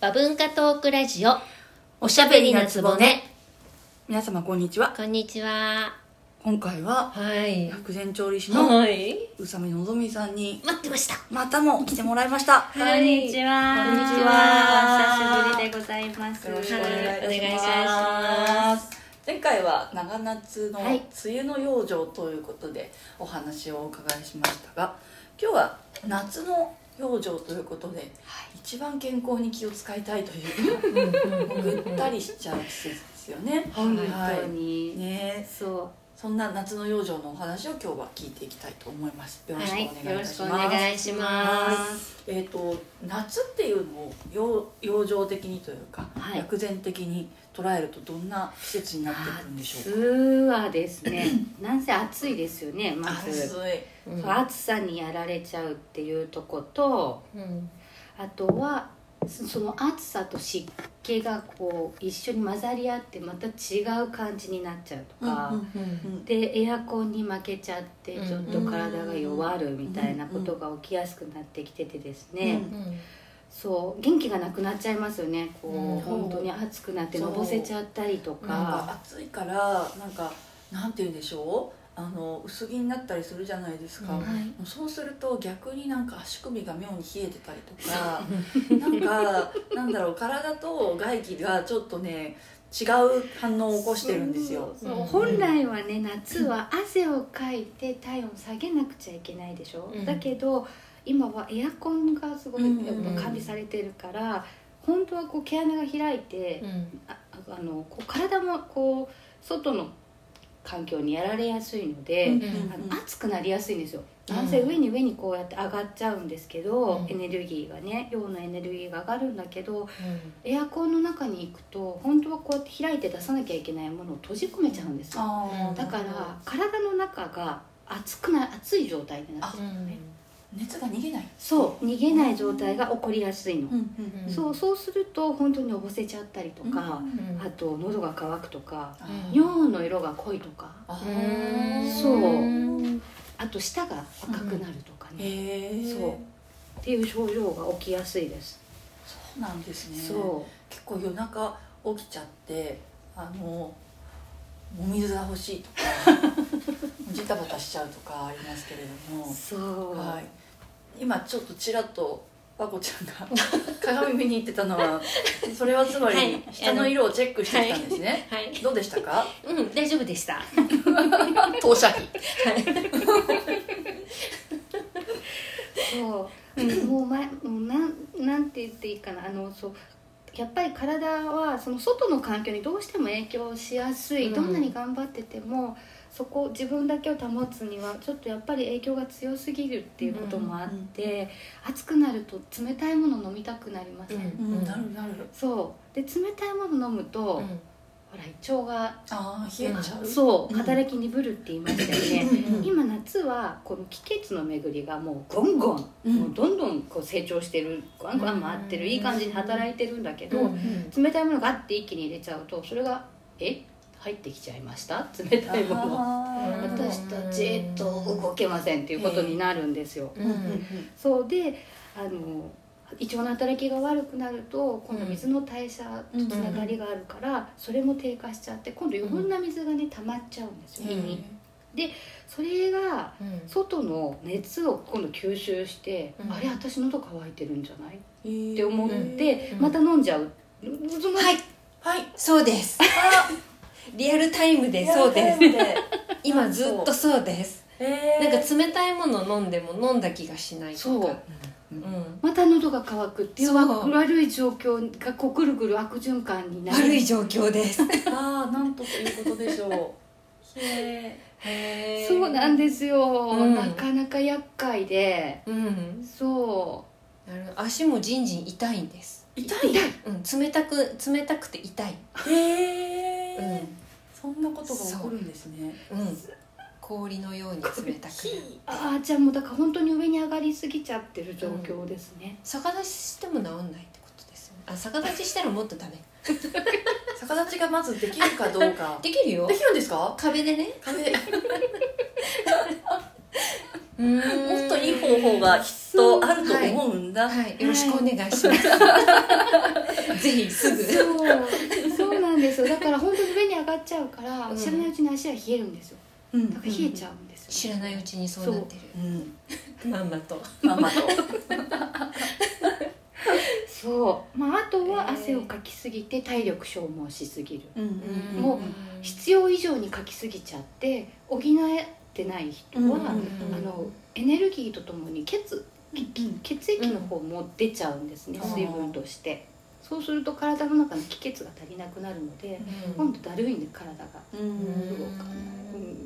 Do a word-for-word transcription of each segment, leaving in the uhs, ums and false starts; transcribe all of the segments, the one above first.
和文化トークラジオおしゃべりなつぼね。 皆様こんにちは。 こんにちは。 今回ははい薬膳調理師のはい宇佐美のぞみさんに待ってました。 またも来てもらいました。 こんにちは。 こんにちは。 お久しぶりでございます。 よろしくお願いいたしお願いしま。 ます前回は長夏のはい梅雨の養生ということでお話をお伺いしましたが、今日は夏の養生ということで、一番健康に気を使いたいというか、もうぐったりしちゃう季節ですよね。 本当はいに、 ね、 そそんな夏の養生のお話を今日は聞いていきたいと思います。よろしくお願いいたします。 はいよろしくお願いしますえっ、と夏っていうのを養養生的にというか、 はい薬膳的に捉えるとどんな季節になってくるんでしょうか。 う。夏はですね、なんせ暑いですよね。まず、 暑い。 うんそう暑さにやられちゃうっていうとこと、 うんあとはそその暑さと湿気がこう一緒に混ざり合ってまた違う感じになっちゃうとか。 うんうんうんでエアコンに負けちゃってちょっと体が弱るみたいなことが起きやすくなってきててですね、 うんそう元気がなくなっちゃいますよね。こう、 うん本当に暑くなってのぼせちゃったりとか、 なんか暑いからなんかなんて言うんでしょう。あの薄着になったりするじゃないですか。 うんはいそうすると逆になんか足首が妙に冷えてたりとかなんかなんだろう、体と外気がちょっとね違う反応を起こしてるんですよ。 そうそううん本来はね夏は汗をかいて体温下げなくちゃいけないでしょ、 うんだけど今はエアコンがすごいうんやっぱ完備されてるから、本当はこう毛穴が開いて、 うんああのこう体もこう外の環境にやられやすいので、 うんあの暑くなりやすいんですよ。 うんなんせ上に上にこうやって上がっちゃうんですけど、 うんエネルギーがね陽のエネルギーが上がるんだけど、 うんエアコンの中に行くと本当はこうやって開いて出さなきゃいけないものを閉じ込めちゃうんですよ。 あーだから体の中が熱くな熱い状態になってるのね。 熱が逃げない。 そう逃げない状態が起こりやすいの、 うんうんそうそうすると本当にのぼせちゃったりとか、 うんあと喉が渇くとか、 あうん尿の色が濃いとか、 あうんそううんあと舌が赤くなるとかね、 へえ。 そうっていう症状が起きやすいです。 そうなんですね。 そ結構夜中起きちゃってあのお水が欲しいとかジタバタしちゃうとかありますけれどもう、そう、 はい、今ちょっとちらっと和子ちゃんが鏡見に行ってたのはそれはつまはいり下の色をチェックしてきたんですね、 はいどうでしたか？ うん大丈夫でした。 当社費そうもう前もうなんなんて言っていいかなあのそうやっぱり体はその外の環境にどうしても影響しやすい、 うんどんなに頑張っててもそこ自分だけを保つにはちょっとやっぱり影響が強すぎるっていうこともあって、暑くなると冷たいもの飲みたくなりません、 うんうんなるなるそうで冷たいもの飲むと、 うんほら胃腸がああ冷えちゃう、 そううん働き鈍るって言いましたよね、 うんうん今夏はこの気血の巡りがもうゴンゴン、 うんもうどんどんこう成長してるガンガン回ってる、 うんいい感じに働いてるんだけど、 うん冷たいものがガッて一気に入れちゃうとそれがえ入ってきちゃいました冷たいものあー私たちと動けませんっていうことになるんですよ、 うんうんうんそうであの胃腸の働きが悪くなると今度水の代謝とつながりがあるから、それも低下しちゃって今度余分な水がね溜まっちゃうんですよ、胃にでそれがうん外の熱を今度吸収して、 うんあれ私喉乾いてるんじゃないっへーて思って、 うんまた飲んじゃう、そのはいはいそうです。リアルタイムでそうです。今ずっとそうです。 へーなんか冷たいもの飲んでも飲んだ気がしないとか。 そううん。 また喉が渇くっていうそう悪い状況がこうぐるぐる悪循環になる悪い状況です。 ああなんということでしょうへへーそうなんですよ、 うんなかなか厄介でうん。 そなる足もじんじん痛いんです。 ー痛いうん。冷たく冷たくて痛い。 へえ、 うんそんなことが起こるんですね。 うん。氷のように冷たくなる。 うああじゃあもうだから本当に上に上がりすぎちゃってる状況ですね、 逆立ちしても治んないってことですよね。あ、逆立ちしたらもっとダメ。 逆立ちがまずできるかどうか。 できるよで。きるんですか？ 壁でね。 壁うんもっといい方法がきっとあると思うんだ。 はい、よろしくお願いします。 ぜひすぐそうそうなんですよ。だから本当に上に上がっちゃうから、 うん、 知らないうちに足が冷えるんですよ。だから冷えちゃうんですよ、 知らないうちにそうなってる、うん、まんまとまんまとそう、まあ、あとは汗をかきすぎて体力消耗しすぎる、 うんうん、 もう必要以上にかきすぎちゃって補えてない人は、うんうんうん、あのエネルギーとともに血、うん、血液の方も出ちゃうんですね、うん、水分として。そうすると体の中の気血が足りなくなるので、うん、今度だるいんで体が動かない、うん、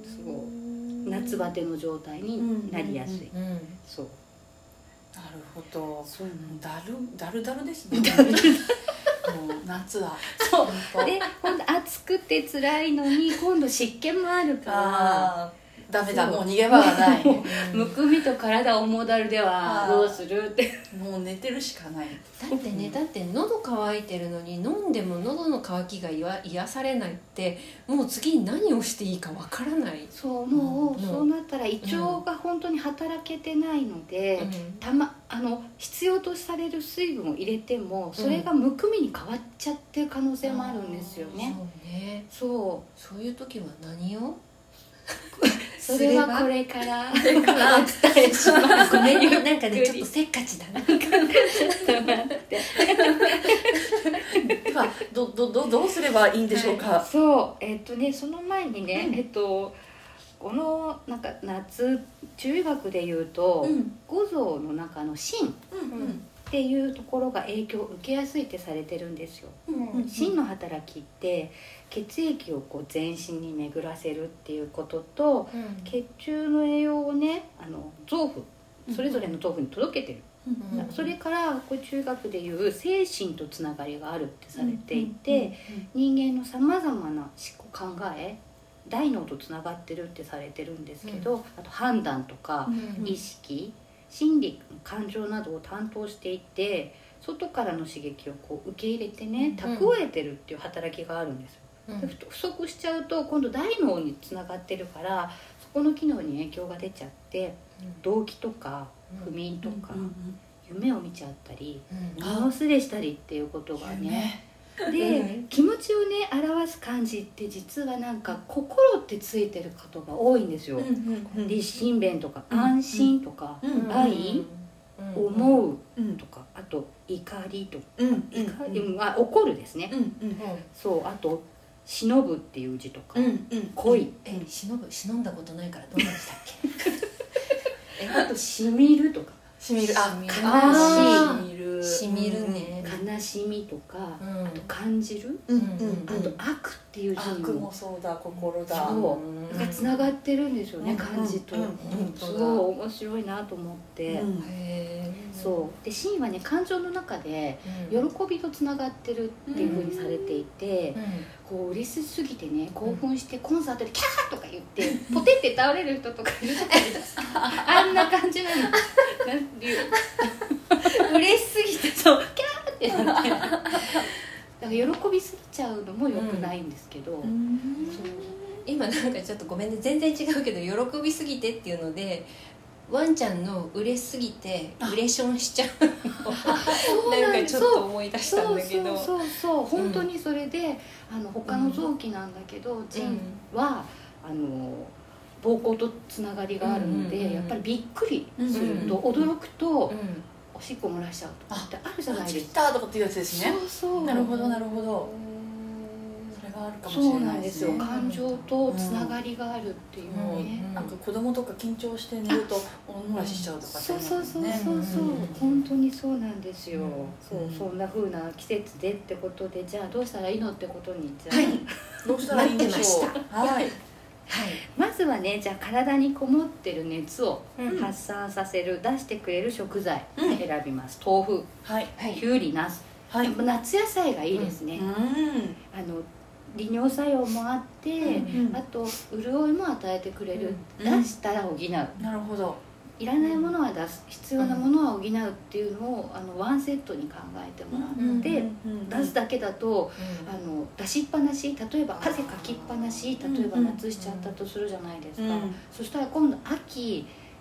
すごい夏バテの状態になりやすい、うんうんうん、そうなるほど。 そうだるだるだるですね。もう夏は。 そうで今度暑くて辛いのに今度湿気もあるからダメだ、もう逃げ場がない。 むくみと体重だるではどうするってもう寝てるしかない。 だってね、だって喉乾いてるのに飲んでも喉の渇きが癒されないって、もう次に何をしていいかわからない。 そう、もう、うん、そうなったら胃腸が本当に働けてないので、うん、たまあの必要とされる水分を入れてもそれがむくみに変わっちゃってる可能性もあるんですよね。 そうね。 そう、 そういう時は何をそれはこれからお伝えします。 ごめんね、なんかねちょっとせっかちだな。ちょっと待って。 ではどどどどうすればいいんでしょうか。はい、 そうえっとねその前にね、うん、えっとこのなんか夏中医学でいうと、うん、五臓の中の心っていうところが影響を受けやすいってされてるんですよ。うん、心の働きって血液をこう全身に巡らせるっていうことと、うん、血中の栄養をねあの臓腑それぞれの臓腑に届けてる、うん、それからこう中学でいう精神とつながりがあるってされていて、人間のさまざまな思考考え大脳とつながってるってされてるんですけど、うん、あと判断とか意識、心理感情などを担当していて、外からの刺激をこう受け入れてね蓄えてるっていう働きがあるんですよ。うん、不足しちゃうと今度大脳につながってるからそこの機能に影響が出ちゃって、うん、動悸とか不眠とか、うんうんうん、夢を見ちゃったり脳忘れしたりっていうことがね、で、うん、気持ちをね表す漢字って実はなんか心ってついてることが多いんですよ。うんうんうん、立身弁とか安心とか、うんうん、愛、うん、思うとか、あと怒りとか、うんうん、怒り、うん、あ怒るですね、うんうん、そうあと忍ぶっていう字とか、うんうん、恋、 え忍ぶ忍んだことないからどうなんでしたっけ。 えあとしみるとかしみるあ悲しいしみるね、 悲しみとか、うん、あと感じる、うんうん、あと悪っていう字にも悪もそうだ心だそうがつながってるんですよね、うん、漢字と、うんうん、すごい面白いなと思って、うん、へそうで心はね感情の中で喜びとつながってるっていうふうにされていて、うんうん、こう嬉しすぎてね興奮してコンサートでキャーとか言ってポテって倒れる人とかいるじゃないですか。あんな感じなの。なんていう嬉しすぎてそうキャーってなってだから喜びすぎちゃうのも良くないんですけど、うん、 そう今なんかちょっとごめんね全然違うけど喜びすぎてっていうのでワンちゃんの嬉しすぎてウレションしちゃうのなんかちょっと思い出したんだけどそうそうそうそう本当にそれで、うん、あの他の臓器なんだけど腎、うん、はあの膀胱とつながりがあるので、うんうんうん、やっぱりびっくりすると、うんうん、驚くと、うん、おしっこ漏らしちゃうとかってあるじゃないですか。 ツイッターとかっていうやつですね。 そうそうなるほどなるほど。それがあるかもしれないですね。 そうなんですよ。感情とつながりがあるっていうね、 うんうん、なんか子供とか緊張して寝るとお漏らししちゃうとかって、ね、 そうそうそうそうそう、うん、本当にそうなんですよ、うん、そうそんな風な季節でってことでじゃあどうしたらいいのってことにじゃあ、はい、 どうしたらいいんでしょう。はいはい、まずはねじゃあ体にこもってる熱を発散させる、うん、出してくれる食材選びます、うん、豆腐、はい、きゅうり、ナス、はい、夏野菜がいいですね、うん、あの利尿作用もあって、うんうん、あと潤いも与えてくれる、うん、出したら補う、 なるほどいらないものは出す必要なものは補うっていうのをあのワンセットに考えてもらって、うん、出すだけだと、うん、あの出しっぱなし例えば汗かきっぱなし例えば夏しちゃったとするじゃないですか、うん、そしたら今度秋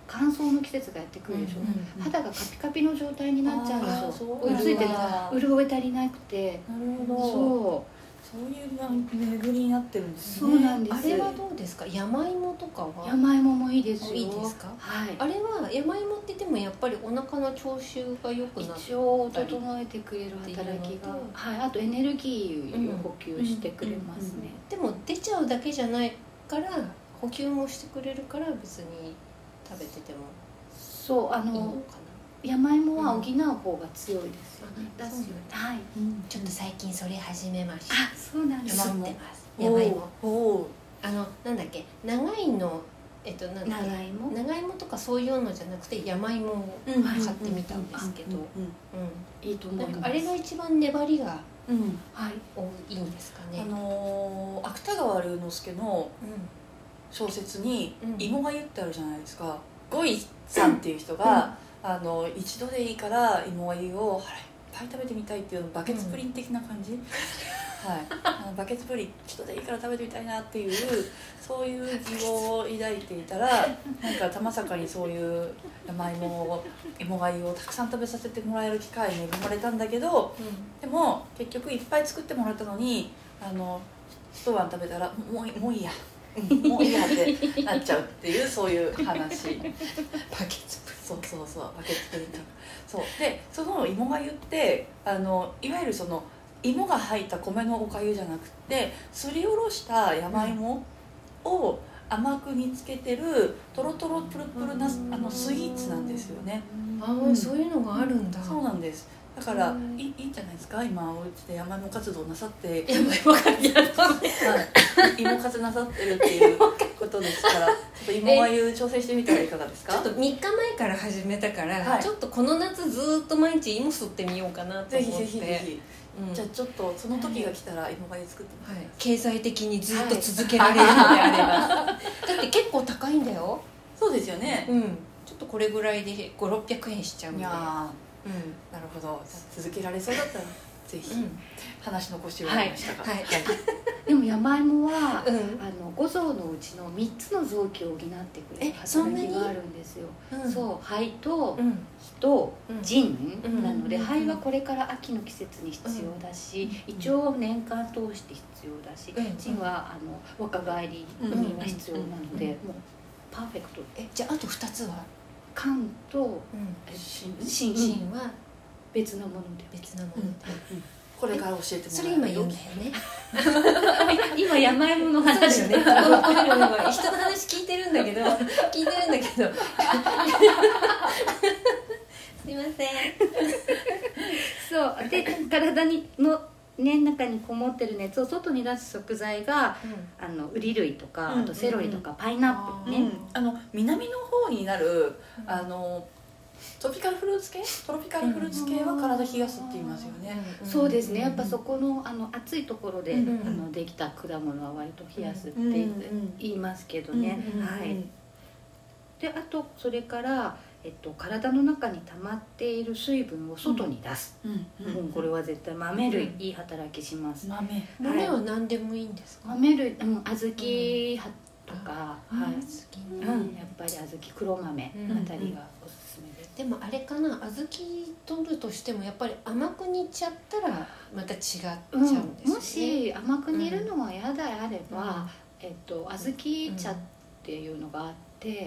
乾燥の季節がやってくるでしょ、 うんうんうん、 肌がカピカピの状態になっちゃうんですよ。 そうついて潤い足りなくて。 なるほど。 そうそういう巡りになってるんですね。 そうなんです。 あれはどうですか？山芋とかは？ 山芋もいいですよ。 いいですか？ はい。 あれは山芋ってでもやっぱりお腹の調子が良くなる。 一応整えてくれる働きが、はい、あとエネルギーを補給してくれますね。 でも出ちゃうだけじゃないから補給もしてくれるから別に食べててもそうあのいいのかな。 山芋は補う方が強いですよね。 うん、 だし、はい、 うん、ちょっと最近それ始めました。 あ、そうなんです。 山芋。山芋。 おあのなんだっけ、長いのえっとなんだっけ、 長芋。 長芋とかそういうのじゃなくて山芋を買ってみたんですけど、 いいと思います。 なんかあれが一番粘りが、 うん、はい、 いいんですかね。 あのー、芥川龍之介の小説に「芋がゆ」ってあるじゃないですか。ゴイさんっていう人が、うん、あの一度でいいから芋がゆをいっぱい食べてみたいっていうバケツプリン的な感じ、うん、はい、あのバケツプリン一度でいいから食べてみたいなっていうそういう希望を抱いていたらなんかたまさかにそういう山芋を芋がゆをたくさん食べさせてもらえる機会に恵まれたんだけど、うん、でも結局いっぱい作ってもらったのにあの一晩食べたらもう、もういいやもういいやってなっちゃうっていうそういう話。バケツプリン、そうそうそう、バケツプリンとかそうで、その芋がゆってあのいわゆるその芋が入った米のおかゆじゃなくてすりおろした山芋を甘く煮つけてるトロトロプルプルなあのスイーツなんですよね。 ああ、うん、そういうのがあるんだ。 そうなんです。だからいいいいんじゃないですか。今お家で山芋活動なさって山芋活動、 はい、芋活なさってるっていうことですからちょっと芋がゆ挑戦してみたらいかがですか。 ちょっとみっかまえから始めたから、はい、ちょっとこの夏ずっと毎日芋吸ってみようかなと思って。ぜひぜひぜひ、うん、じゃあちょっとその時が来たら芋がゆ作ってみて、はい、経済的にずっと続けられるのであれば、はい、だって結構高いんだよ。 そうですよね、 うん、ちょっとこれぐらいでごひゃくろっぴゃくえんしちゃうんで。いや、 うん、なるほど。続けられそうだったらぜひ、うん、話の腰をやりましたが、はいはい、 でも山芋は、うん、あの五臓のうちのみっつの臓器を補ってくれる働きがあるんですよ。うん、そう、肺と脾と腎なので、うん、肺はこれから秋の季節に必要だし、うん、胃腸は年間通して必要だし、うん、腎はあの若返りには必要なので、うん、もうパーフェクト。 え、じゃああとふたつは肝と心、心は別のもので別のもので、 うんうん、これから教えてもらう。 それ今言うんだよね。 今山芋の話よね。人の話聞いてるんだけど聞いてるんだけどすいません。 そうで、体にのね、中にこもってる熱を外に出す食材が、うん、あのウリ類とか、うん、あとセロリとか、うん、パイナップルね、 うん、あの南の方になる、うん、あのトロピカルフルーツ系トロピカルフルーツ系は体冷やすって言いますよね、 うん、そうですね。やっぱそこの、あの暑いところで、うん、あのできた果物は割と冷やすって言いますけどね、うん、はい。であとそれからえっと、体の中に溜まっている水分を外に出す、うんうんうん、これは絶対豆類、うん、いい働きします。 豆、豆は何でもいいんですか。 豆類、うん、小豆とか、うん、はい、うん、やっぱり小豆、黒豆あたりがおすすめです、 うんうん、でもあれかな、小豆取るとしてもやっぱり甘く煮ちゃったらまた違っちゃうんですよね、 うん、もし甘く煮るのは嫌であれば、うん、えっと、小豆茶っていうのがあって、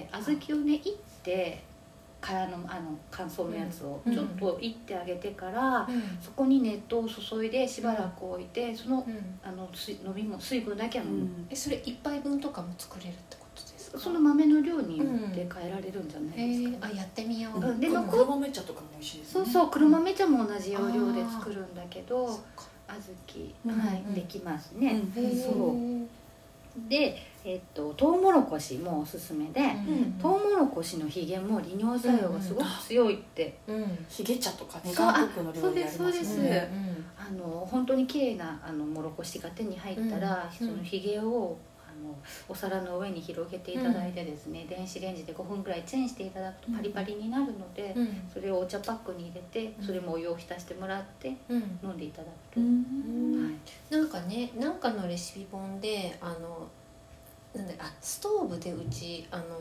小豆をねいってからのあの乾燥のやつをちょっといってあげてから、うん、そこに熱湯を注いでしばらく置いて、うん、その、うん、あの水飲みも水分だけは飲む、うん、 えそれいっぱいぶんとかも作れるってことですか。 その豆の量によって変えられるんじゃないですか、ね、 えー、あ、やってみよう、 うん、で黒豆茶とかも美味しいですね。 そうそう、黒豆茶も同じ要領で作るんだけど、小豆、はい、うん、できますね、うん、そうで、えっと、トウモロコシもおすすめで、うん、トウモロコシのヒゲも利尿作用がすごく強いって、 うんうん、ヒゲ茶とかね、韓国の料理ありますね。そうですそうです、 うん、あの本当に綺麗なあのモロコシが手に入ったら、うん、そのヒゲをあのお皿の上に広げていただいてですね、うん、電子レンジでごふんぐらいチンしていただくとパリパリになるので、うん、それをお茶パックに入れて、それもお湯を浸してもらって飲んでいただくと、うん、 はい、なんかね、なんかのレシピ本であのなんだあストーブでうちあの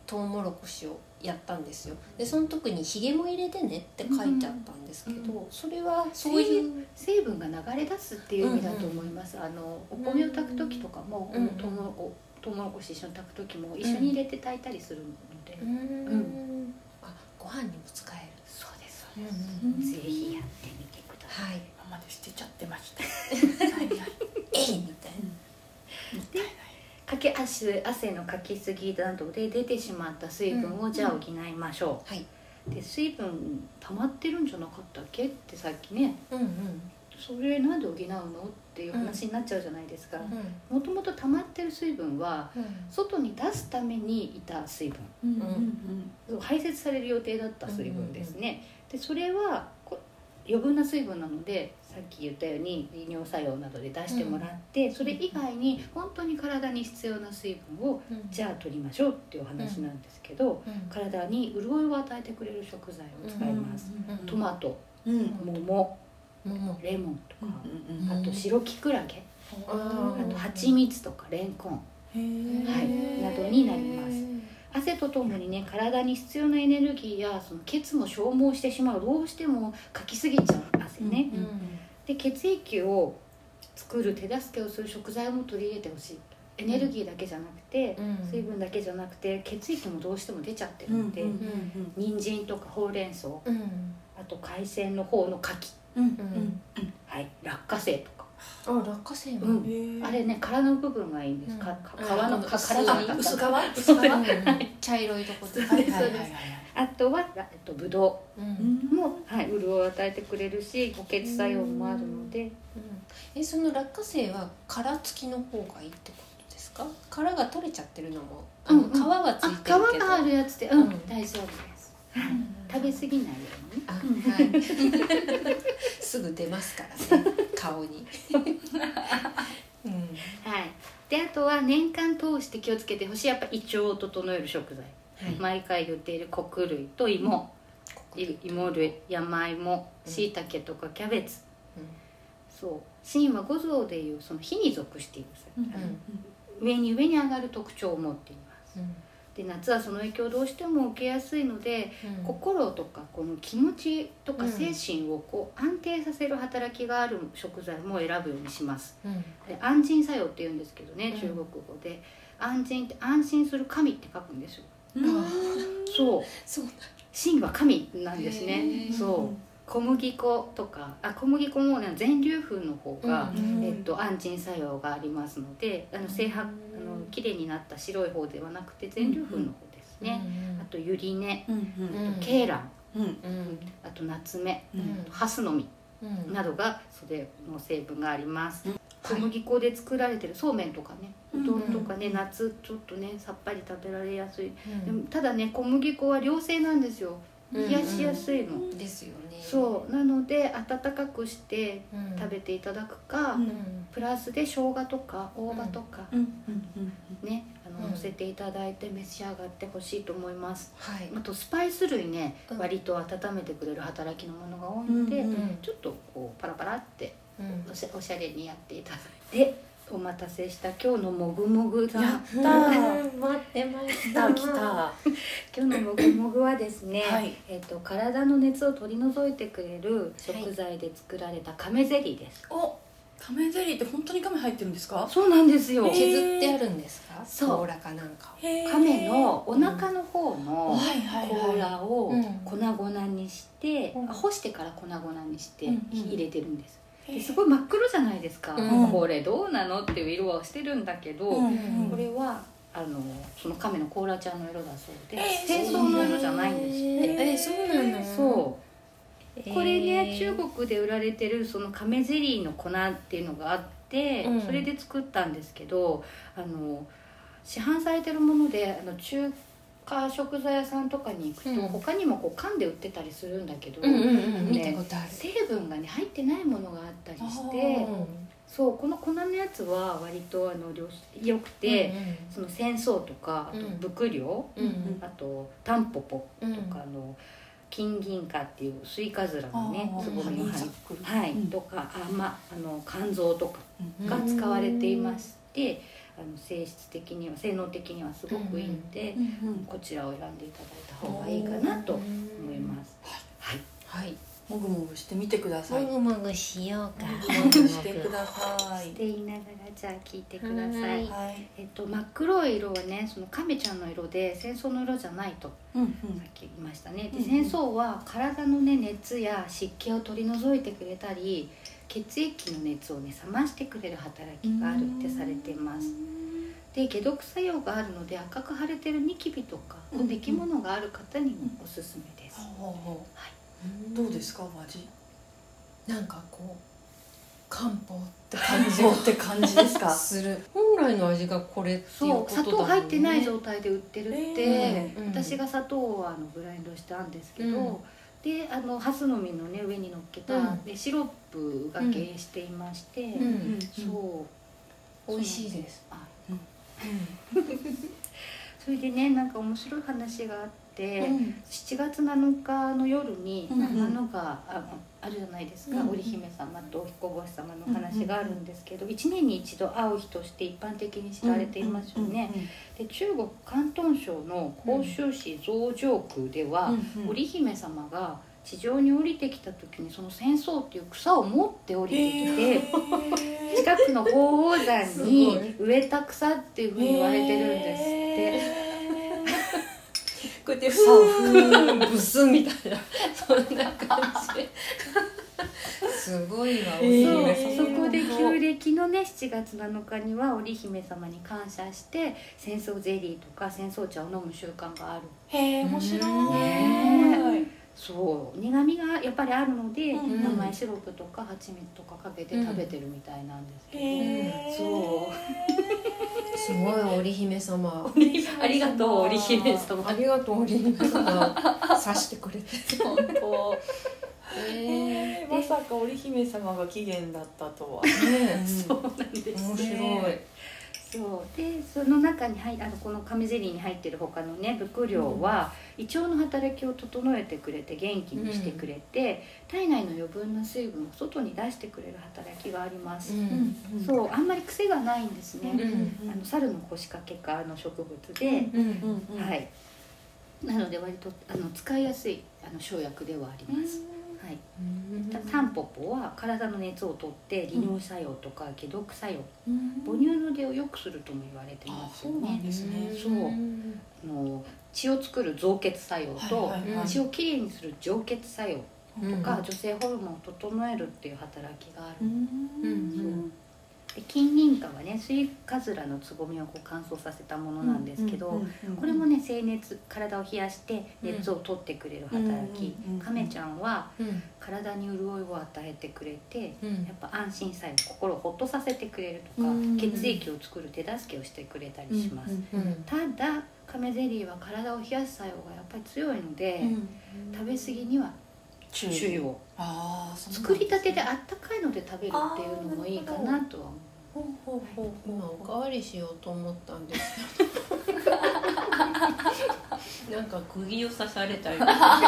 トウモロコシをやったんですよ。でその時にひげも入れてねって書いてあったんですけど、うん、それはそういう成分が流れ出すっていう意味だと思います、うんうん、あのお米を炊く時とかも、うんうん、トウモロコトウモロコシ一緒に炊く時も一緒に入れて炊いたりするので、うんうん、 あ、ご飯にも使える。 そうですそうです、うんうん、ぜひやってみてください。 はい、今まで捨てちゃってましたはいはいえいみたいな、 うん、もったいない。 かけ汗汗のかきすぎなどで出てしまった水分をじゃあ補いましょう、うんうん、はい、で水分溜まってるんじゃなかったっけってさっきね、うんうん、それなんで補うのっていう話になっちゃうじゃないですか。もともと溜まってる水分は、うん、外に出すためにいた水分、うんうんうん、排泄される予定だった水分ですね、うんうんうん、でそれは余分な水分なのでさっき言ったように利尿作用などで出してもらって、うん、それ以外に本当に体に必要な水分を、うん、じゃあ取りましょうっていう話なんですけど、うん、体に潤いを与えてくれる食材を使います、うん、トマト、うん、桃、レモンとか、うん、あと白キクラゲ、うん、あと蜂蜜とかレンコン、はい、などになります。汗とともにね、体に必要なエネルギーやその血も消耗してしまう。どうしてもかきすぎちゃう汗ね、うんうん、で血液を作る手助けをする食材も取り入れてほしい。エネルギーだけじゃなくて、うん、水分だけじゃなくて血液もどうしても出ちゃってるので、うんうんうん、人参とかほうれん草、うん、あと海鮮の方の牡蠣、うんうんうん、はい、落花生とか、 あ、落花生も、 うん、あれね、殻の部分がいいんです、うん、か皮の皮が薄皮薄皮、うん、茶色いところで、はいはいはいはい、 あとはえっとブドウも、うん、はい、潤いを与えてくれるし補欠作用もあるので、うんうん、 えその落花生は殻付きの方がいいってことですか？殻が取れちゃってるのも、あの、うんうん、皮はついてるけど、 皮があるやつで、うん、うん、大丈夫です、うん、食べ過ぎないように、あ、はい、 すぐ出ますからね顔に、 うん、はい。であとは年間通して気をつけてほしいやっぱ胃腸を整える食材、はい、毎回言っている穀類と芋、うん、芋類、山芋、しいたけとかキャベツ、うん、そう芯は五臓でいうその火に属しています、うんうん、上に上に上がる特徴を持っています、うん、で夏はその影響をどうしても受けやすいので、うん、心とかこの気持ちとか精神をこう安定させる働きがある食材も選ぶようにします、うん、で安心作用って言うんですけどね、うん、中国語で安心って安心する神って書くんですよ、うん、そうそう神は神なんですね。そう小麦粉とかあ小麦粉も、ね、全粒粉の方が、うんえっと、安鎮作用がありますので、あの正白あのきれいになった白い方ではなくて全粒粉の方ですね、うん、あとゆり根、うん、ケイラン、うん、あと夏目、うん、ハスの実、うん、などがそれの成分があります、うん、小麦粉で作られてるそうめんとかね、うどんとかね、うん、夏ちょっとねさっぱり食べられやすい、うん、でもただね小麦粉は良性なんですよ。冷やしやすいの、うんうん、ですよね。そうなので温かくして食べていただくか、うん、プラスで生姜とか大葉とか、うん、ねあの、うん、乗せていただいて召し上がってほしいと思います、はい、あとスパイス類ね、うん、割と温めてくれる働きのものが多いので、うんうん、ちょっとこうパラパラっておしゃ、おしゃれにやっていただいて、お待たせした今日のもぐもぐだ。 やったー待ってました来た今日のもぐもぐはですね、はい、えーと、体の熱を取り除いてくれる食材で作られた亀ゼリーです、 はい、お亀ゼリーって本当に亀入ってるんですか？ そうなんですよ。 削ってあるんですか？ そう甲羅かなんか亀のお腹の方の甲羅を粉々にして、うん、干してから粉々にして入れてるんです、うんうん、ですごい真っ黒じゃないですか、うん、これどうなのっていう色はしてるんだけど、うんうん、これはあのその亀の甲羅ちゃんの色だそうで、えー、清掃の色じゃないんですよね。 えー、そうなの？ そう、これね中国で売られてるその亀ゼリーの粉っていうのがあって、うん、それで作ったんですけど、あの市販されてるものであの中華食材屋さんとかに行くと、うん、他にもこう缶で売ってたりするんだけど、うんうんうんね、見たことある。成分がね入ってないものがあったりして、そうこの粉のやつは割とあの良くて、うんうん、その戦争とかあと伏量、うんうん、あとタンポポとかの、うん金銀花っていうスイカズラのねつぼみの葉、はい、うん、とかあ、まあ、あの肝臓とかが使われています、 て、あの性質的には性能的にはすごくいいので、 うんうん、 こちらを選んでいただいた方がいいかなと思います。はい、 はい、 もぐもぐしてみてください。 もぐもぐしようか。 もぐしてください。 していながらじゃあ聞いてください。 はい、 えっと真っ黒い色はね、その亀ちゃんの色で戦争の色じゃないと、 うんうん、 さっき言いましたね。で、戦争は体のね熱や湿気を取り除いてくれたり、血液の熱をね冷ましてくれる働きがあるってされています。で、解毒作用があるので赤く腫れてるニキビとか出来物がある方にもおすすめです。 うんうん、はい、どうですか、お味？ なんかこう漢方って感じって感じですか？する。 本来の味がこれっていうことだもんね。 そう、砂糖入ってない状態で売ってるって、 えー、私が砂糖をあのブラインドしてあるんですけど、うん、であのハスの実のね上に乗っけた、うん、でシロップが原していまして、うん、そう美味しいです。あ、うん、 それでね、なんか面白い話があって、うん、しちがつなのかの夜に天の川、うん、あ, あるじゃないですか、うん、織姫様と彦星様の話があるんですけど、いちねんに一度会う日として一般的に知られていますよね。で、中国広東省の広州市増上区では、うん、織姫様が地上に降りてきた時にその戦争っていう草を持って降りてきて、近くの鳳凰山に植えた草っていうふうに言われてるんですって。 こうやってフーブスみたいなそんな感じすごいわ、織姫様。 そこで旧暦のねしちがつなのかには織姫様に感謝して戦争ゼリーとか戦争茶を飲む習慣がある。 へえ、面白いね。そう、苦味がやっぱりあるので、うん、名前シロップとか蜂蜜とかかけて食べてるみたいなんですけど、うん、そうすごい織姫様ありがとう織姫様ありがとう織姫様刺してくれて本当えー、まさか織姫様が起源だったとは、 ね、そうなんですね。 面白い。 そうで、その中に入あのこの亀ゼリーに入ってる他のね伏量は、うん、胃腸の働きを整えてくれて元気にしてくれて、うん、体内の余分な水分を外に出してくれる働きがあります、うんうん、そう、あんまり癖がないんですね、うんうん、あの猿の腰掛け科の植物で、うんうん、はい、なので割とあの使いやすいあの生薬ではあります、はい、タンポポは体の熱を取って利尿作用とか解毒作用、うん、母乳の出を良くするとも言われてますよね。 そうなんですね。 そう、あの血を作る造血作用と、はいはいはい、血をきれいにする浄血作用とか、うん、女性ホルモンを整えるっていう働きがある。うんうん、で金銀花はねスイカズラのつぼみをこう乾燥させたものなんですけど、これもね清熱、体を冷やして熱を取ってくれる働き、うん、亀ちゃんは体に潤いを与えてくれて、うん、やっぱ安心作用、心をほっとさせてくれるとか、うん、血液を作る手助けをしてくれたりします、うんうん、ただ亀ゼリーは体を冷やす作用がやっぱり強いので、うん、食べ過ぎには注意を。あ、作りたてであったかいので食べるっていうのもいいかなとは思う。 ほうほうほうほう、今おかわりしようと思ったんですけどなんか釘を刺されたり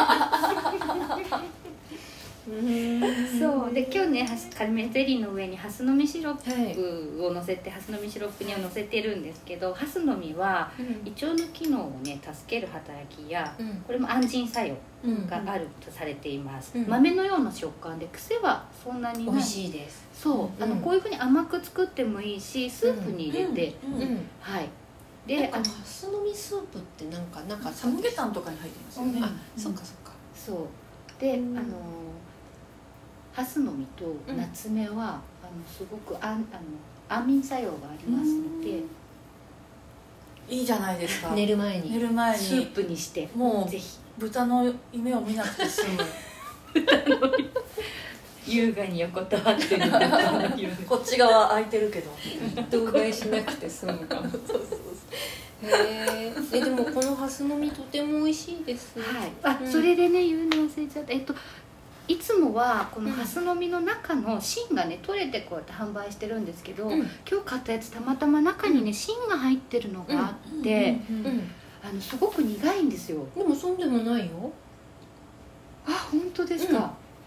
そうで、今日ねカメゼリーの上にハスの実シロップを乗せて、はい、ハスの実シロップには乗せてるんですけど、ハスの実は胃腸の機能をね助ける働きや、うん、これも安心作用があるとされています、うん、豆のような食感で癖はそんなにない。 美味しいです。 そう、うん、あのこういうふうに甘く作ってもいいし、スープに入れて、うんうんうん、はい。 で、あのハスの実スープってなんかなんかサムゲタンとかに入ってますよね、うん、 あ、そっかそっか。 そうで、うん、あのハスの実とナツメは、うん、あのすごくあんあの安眠作用がありますので、 いいじゃないですか。 寝る前に寝る前にスープにしてもうぜひ豚の夢を見なくて済む豚の優雅に横たわってるこっち側空いてるけど動画しなくて済むかもそうそうそうへえ、でもこのハスの実とても美味しいです、 はい、あ、うん、それでね言うの忘れちゃった。えっといつもはこのハスの実の中の芯がね取れてこうやって販売してるんですけど、うん、今日買ったやつたまたま中にね芯が入ってるのがあって、あのすごく苦いんですよ。 でもそうでもないよ。 あ、本当ですか、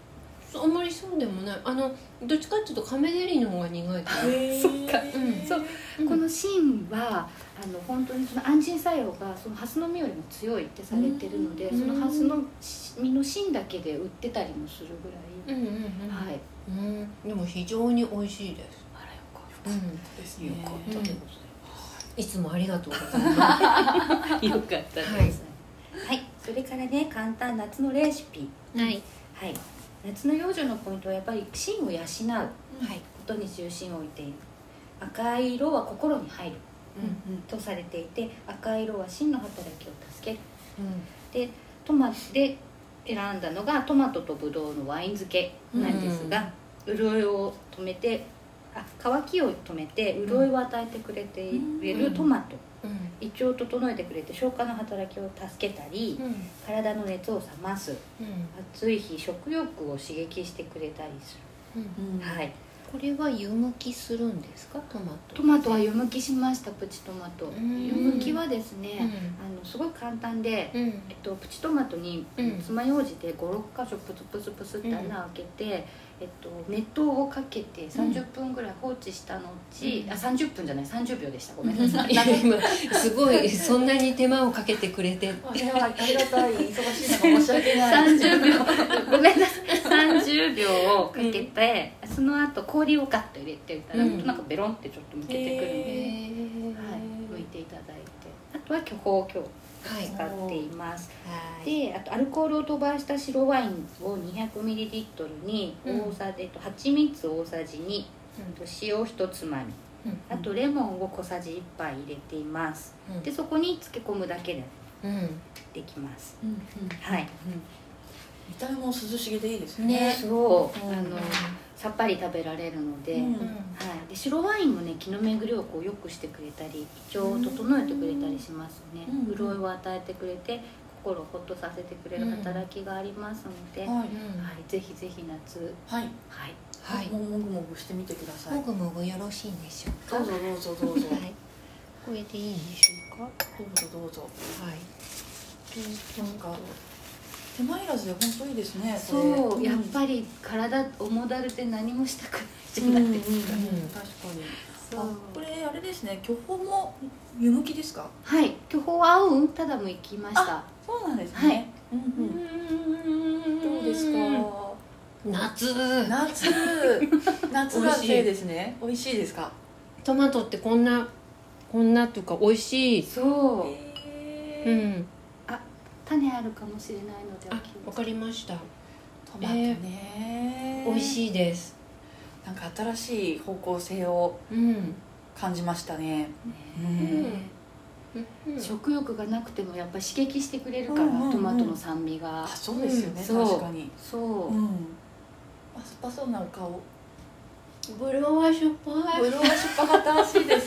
あんまりそうでもない。あのどっちかっていうとカメデリの方が苦いかな。 へーそっかうんそう、 うんこの芯はあの本当にその安心作用がそのハスの実よりも強いってされてるので、 うんそのハスの実の芯だけで売ってたりもするぐらい、 うんうんうん。 はい、 うん。でも非常に美味しいです。 あらよかうん。 ですね。 よかったでございいつもありがとうございます。 ます。よかったです。はい、はい、それからね、簡単夏のレシピ。 はい。 はい、夏の養生のポイントはやっぱり芯を養うはい。 ことに重心を置いている。赤い色は心に入るうんうんとされていて、赤い色は芯の働きを助ける。 うでトマトで選んだのがトマトとブドウのワイン漬けなんですが、潤いを止めてあ乾きを止めて潤いを与えてくれているトマト、 ん。うん。 胃腸を整えてくれて消化の働きを助けたり、 うん。 体の熱を冷ます、 うん。 暑い日食欲を刺激してくれたりすうん。 うんる、はい、 これは湯むきするんですか、トマト？ トマトは湯むきしました。プチトマトん湯むきはですね、 うんあのすごい簡単で、 うん。 えっと、プチトマトにうん爪楊枝でごろっかしょプツプツプツって穴を開けて、えっと、熱湯をかけてさんじゅっぷんぐらい放置した後、 うんあさんじゅっぷんじゃないさんじゅうびょうでした、ごめんなさい。 いや今すごいそんなに手間をかけてくれて。 あれはありがたい、忙しいのが申し訳ない。 さんじゅうびょうごめんなさいさんじゅうびょうをかけて、その後氷をガッと入れていただくと、 うんなんかベロンってちょっとむけてくるので、 へーはい、剥いていただいて、あとは巨峰今日はい使っています。 はい。 であとアルコールを飛ばした白ワインを にひゃくミリリットル に大さじ、えっと、蜂蜜大さじに、 うんと塩一つまみ、 うんあとレモンを小さじいっぱい入れています。 うんでそこに漬け込むだけでうん。 できます。 うんうんはい、 見た目も涼しげでいいですね。 ねそう、 うんあのさっぱり食べられるので、 うんはい、で白ワインもね気の巡りをこう良くしてくれたり胃腸を整えてくれたりしますね、 うん潤いを与えてくれて心をほっとさせてくれる働きがありますので、 はいはい、ぜひぜひ夏、 はい。 はい、 はい。 ももぐもぐしてみてください。 もぐもぐよろしいんでしょうか。 どうぞどうぞどうぞ。 はい。これでいいんでしょうか。 どうぞどうぞ。 はい。 なんか手間いらずで本当いいですね。 そう、やっりぱり体重だるって何もしたくないじゃないですか、 確かに。 そうあ、これあれですね。巨峰も湯むきですか。 はい、巨峰は合うただも行きました。 そうなんですはいね。うんうん。どうですか。 夏。 夏夏がせいですね。美味しいですか。 トマトってこんなこんなっていうか美味しい。 そう、 うへーん。 種あるかもしれないのでおあ、 気をつけわかりました。 トマトね。 美味しいです。 なんか新しい方向性をうん。 感じましたね。うねん。 うん。 食欲がなくてもやっぱり刺激してくれるから、 うんうんうんトマトの酸味があ、そうですよね。 うんそう確かに。 そう、 うん。あ、酸っぱそうなお顔。 ブドウはしょっぱい。 ぶどうは酸っぱかったらしいです。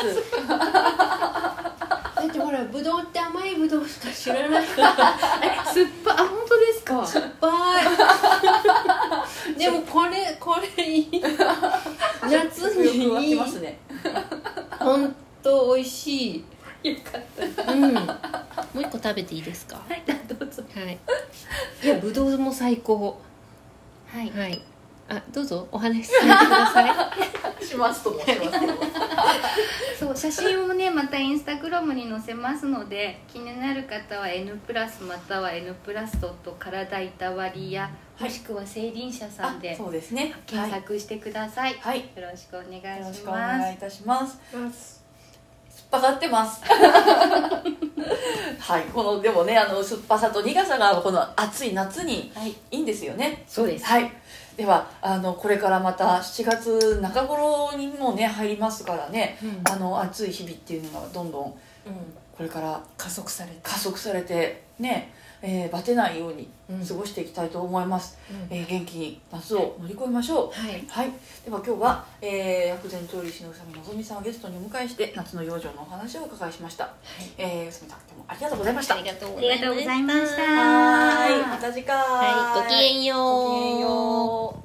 だってほらブドウって甘いブドウしか知らないから。 酸っぱあ本当ですか。 酸っぱい。でもこれこれいい。夏によく湧いい。 きますね。 本当美味しい。 よかったうん。もう一個食べていいですか。 はいどうぞ。 はい。いやブドウも最高。 はい、 はい。あ、どうぞお話しさせてください。 しますともしますとも。 そう写真をねまたインスタグラムに載せますので、気になる方は N プラスまたは N プラスと体いたわりや、 はいもしくは青林社さんでそうですね。 検索してください、 はい。 よろしくお願いよろしくおします。 願いいたします。酸っぱがってます。はい、このでもね、あの酸っぱさと苦さがこの暑い夏にはい、 いいんですよね。 そうです。 はい。ではあのこれからまたしちがつなか頃にもね入りますからね、 うんあの暑い日々っていうのがどんどんうん。 これから加速されて。 加速されてね、えーバテないようにうん過ごしていきたいと思います。 うんえー元気に夏を乗り越えましょう。 はい。 はい、では今日は、えー、薬膳調理師の宇佐美のぞみさんをゲストにお迎えして夏の養生のお話をお伺いしました。えー、宇佐美さんどうもありがとうございました。 ありがとうありがとうございました。 はい、また次回。 はい、ごきげんよう。 ごきげんよう。